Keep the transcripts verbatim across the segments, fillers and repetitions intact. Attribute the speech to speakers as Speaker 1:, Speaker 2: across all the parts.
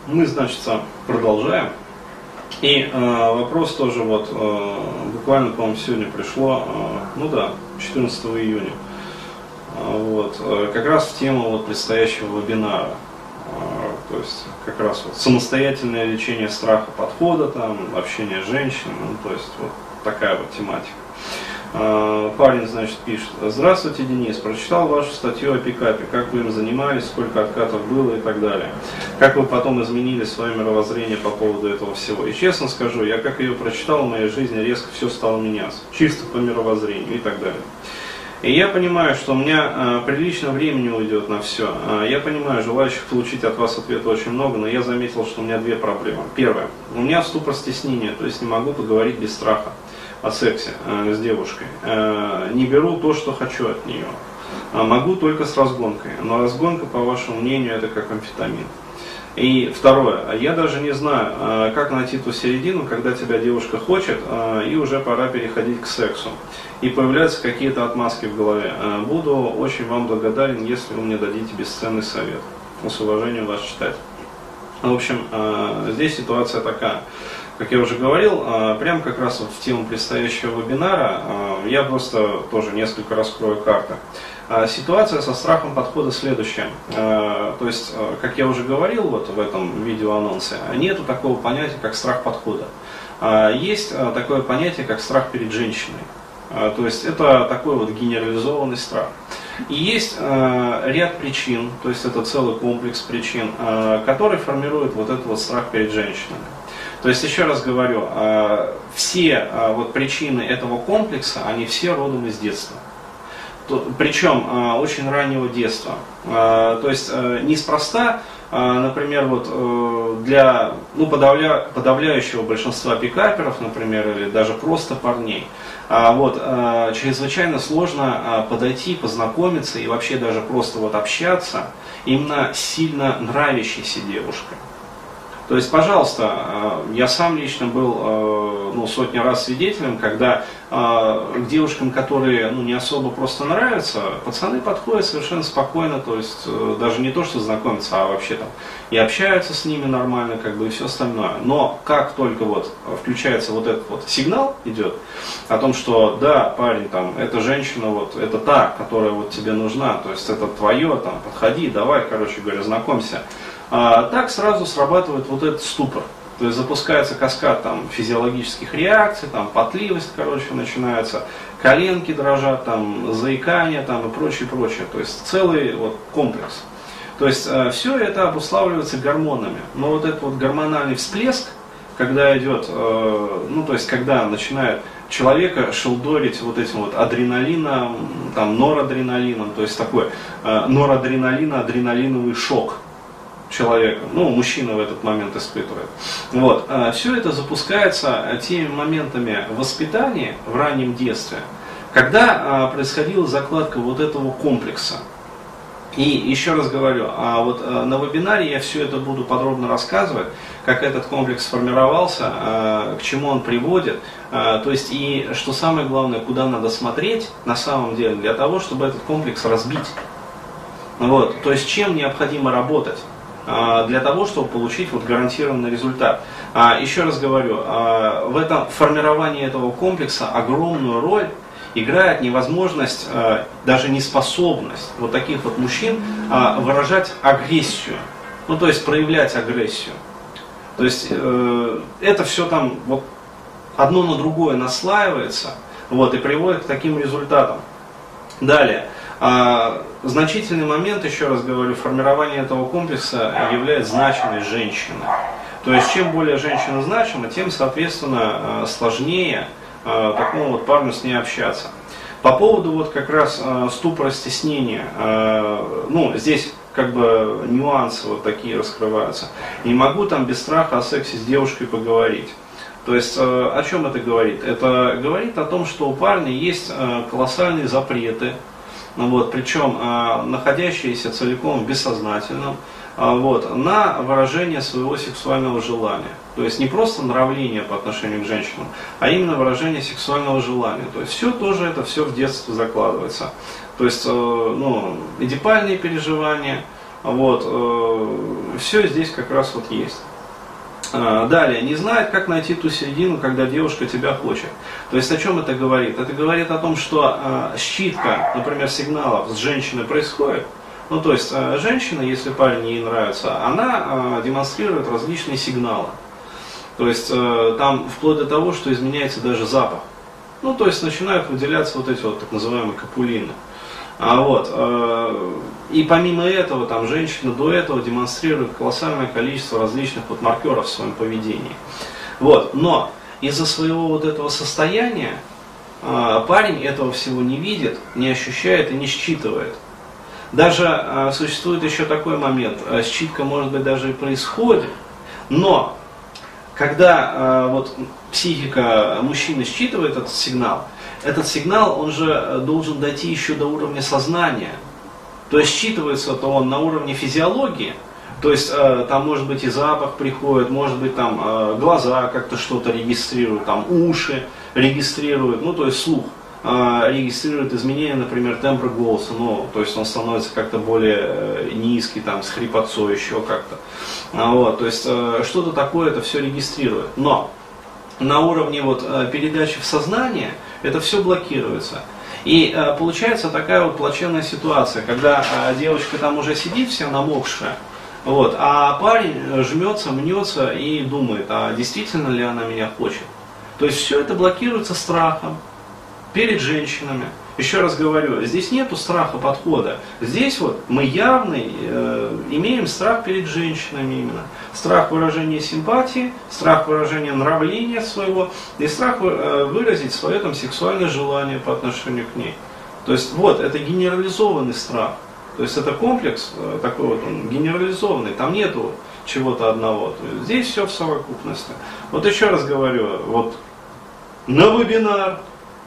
Speaker 1: Мы, значит, продолжаем. И э, вопрос тоже вот, э, буквально, по-моему, сегодня пришло, э, ну да, четырнадцатого июня, э, вот, э, как раз в тему вот предстоящего вебинара. Э, то есть, как раз вот самостоятельное лечение страха подхода, там, общение с женщинами, ну, то есть, вот такая вот тематика. Парень, значит, пишет: здравствуйте, Денис, прочитал вашу статью о пикапе, как вы им занимались, сколько откатов было и так далее. Как вы потом изменили свое мировоззрение по поводу этого всего. И честно скажу, я как ее прочитал, в моей жизни резко все стало меняться, чисто по мировоззрению и так далее. И я понимаю, что у меня э, прилично времени уйдет на все. Э, я понимаю, желающих получить от вас ответы очень много, но я заметил, что у меня две проблемы. Первое. У меня ступор стеснения, то есть не могу поговорить без страха о сексе э, с девушкой. Э, не беру то, что хочу от нее. Э, могу только с разгонкой. Но разгонка, по вашему мнению, это как амфетамин. И второе. Я даже не знаю, э, как найти ту середину, когда тебя девушка хочет, э, и уже пора переходить к сексу. И появляются какие-то отмазки в голове. Э, буду очень вам благодарен, если вы мне дадите бесценный совет. С уважением, ваш читатель. В общем, э, здесь ситуация такая. Как я уже говорил, прямо как раз вот в тему предстоящего вебинара я просто тоже несколько раскрою карты. Ситуация со страхом подхода следующая. То есть, как я уже говорил вот в этом видеоанонсе, нету такого понятия, как страх подхода. Есть такое понятие, как страх перед женщиной. То есть, это такой вот генерализованный страх. И есть ряд причин, то есть это целый комплекс причин, который формирует вот этот вот страх перед женщинами. То есть, еще раз говорю, все вот причины этого комплекса, они все родом из детства. Причем очень раннего детства. То есть, неспроста, например, вот для ну, подавля, подавляющего большинства пикаперов, например, или даже просто парней, вот, чрезвычайно сложно подойти, познакомиться и вообще даже просто вот общаться именно с сильно нравящейся девушкой. То есть, пожалуйста, я сам лично был ну, сотни раз свидетелем, когда к девушкам, которые ну, не особо просто нравятся, пацаны подходят совершенно спокойно, то есть даже не то, что знакомятся, а вообще там и общаются с ними нормально, как бы и все остальное. Но как только вот включается вот этот вот сигнал идет о том, что да, парень, там, эта женщина, вот, это та, которая вот тебе нужна, то есть это твое, там, подходи, давай, короче говоря, знакомься. А, так сразу срабатывает вот этот ступор. То есть запускается каскад там, физиологических реакций, там, потливость, короче, начинается, коленки дрожат, там, заикание там, и прочее, прочее. То есть целый вот, комплекс. То есть э, все это обуславливается гормонами. Но вот этот вот гормональный всплеск, когда идет, э, ну то есть когда начинает человека шелдорить вот этим вот адреналином, там, норадреналином, то есть такой э, норадреналино-адреналиновый шок человека, ну, мужчина в этот момент испытывает. Вот. Все это запускается теми моментами воспитания в раннем детстве, когда происходила закладка вот этого комплекса. И еще раз говорю, а вот на вебинаре я все это буду подробно рассказывать, как этот комплекс сформировался, к чему он приводит, то есть и, что самое главное, куда надо смотреть на самом деле для того, чтобы этот комплекс разбить. Вот. То есть чем необходимо работать для того, чтобы получить вот гарантированный результат. Еще раз говорю, в этом формировании этого комплекса огромную роль играет невозможность, даже неспособность вот таких вот мужчин выражать агрессию, ну то есть проявлять агрессию. То есть это все там вот одно на другое наслаивается, вот, и приводит к таким результатам. Далее. А, значительный момент, еще раз говорю, формирование этого комплекса является значимость женщины. То есть, чем более женщина значима, тем, соответственно, сложнее а, такому вот парню с ней общаться. По поводу вот как раз а, ступора стеснения, а, ну, здесь как бы нюансы вот такие раскрываются. Не могу там без страха о сексе с девушкой поговорить. То есть, о чем это говорит? Это говорит о том, что у парня есть колоссальные запреты, вот, причем э, находящиеся целиком в бессознательном, э, вот, на выражение своего сексуального желания. То есть не просто нравление по отношению к женщинам, а именно выражение сексуального желания. То есть все тоже это все в детстве закладывается. То есть э, ну, эдипальные переживания, вот, э, все здесь как раз вот есть. Далее, не знает, как найти ту середину, когда девушка тебя хочет. То есть о чем это говорит? Это говорит о том, что э, считка, например, сигналов с женщиной происходит. Ну, то есть э, женщина, если парень ей нравится, она э, демонстрирует различные сигналы. То есть э, там вплоть до того, что изменяется даже запах. Ну, то есть начинают выделяться вот эти вот так называемые капулины. А вот, э, и помимо этого, там, женщина до этого демонстрирует колоссальное количество различных вот маркеров в своем поведении. Вот, но из-за своего вот этого состояния э, парень этого всего не видит, не ощущает и не считывает. Даже э, существует еще такой момент, э, считка может быть даже и происходит, но когда э, вот психика мужчины считывает этот сигнал, этот сигнал, он же должен дойти еще до уровня сознания. То есть считывается-то он на уровне физиологии, то есть э, там может быть и запах приходит, может быть там э, глаза как-то что-то регистрируют, там уши регистрируют, ну то есть слух э, регистрирует изменения, например, тембра голоса, ну то есть он становится как-то более э, низкий, там с хрипотцой еще как-то. А, вот, то есть э, что-то такое это все регистрирует. Но на уровне вот, э, передачи в сознание это все блокируется. И э, получается такая вот плачевная ситуация, когда э, девочка там уже сидит вся намокшая, вот, а парень жмется, мнется и думает, а действительно ли она меня хочет. То есть все это блокируется страхом перед женщинами. Еще раз говорю, здесь нету страха подхода. Здесь вот мы явный э, имеем страх перед женщинами именно. Страх выражения симпатии, страх выражения нравления своего и страх э, выразить свое там сексуальное желание по отношению к ней. То есть вот, это генерализованный страх. То есть это комплекс э, такой вот, он генерализованный, там нету чего-то одного. То есть здесь все в совокупности. Вот еще раз говорю, вот на вебинар,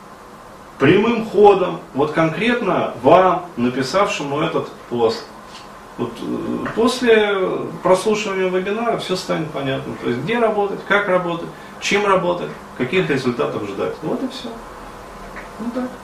Speaker 1: прямым ходом, вот конкретно вам, написавшему этот пост. Вот, после прослушивания вебинара все станет понятно. То есть где работать, как работать, чем работать, каких результатов ждать. Вот и все. Ну так.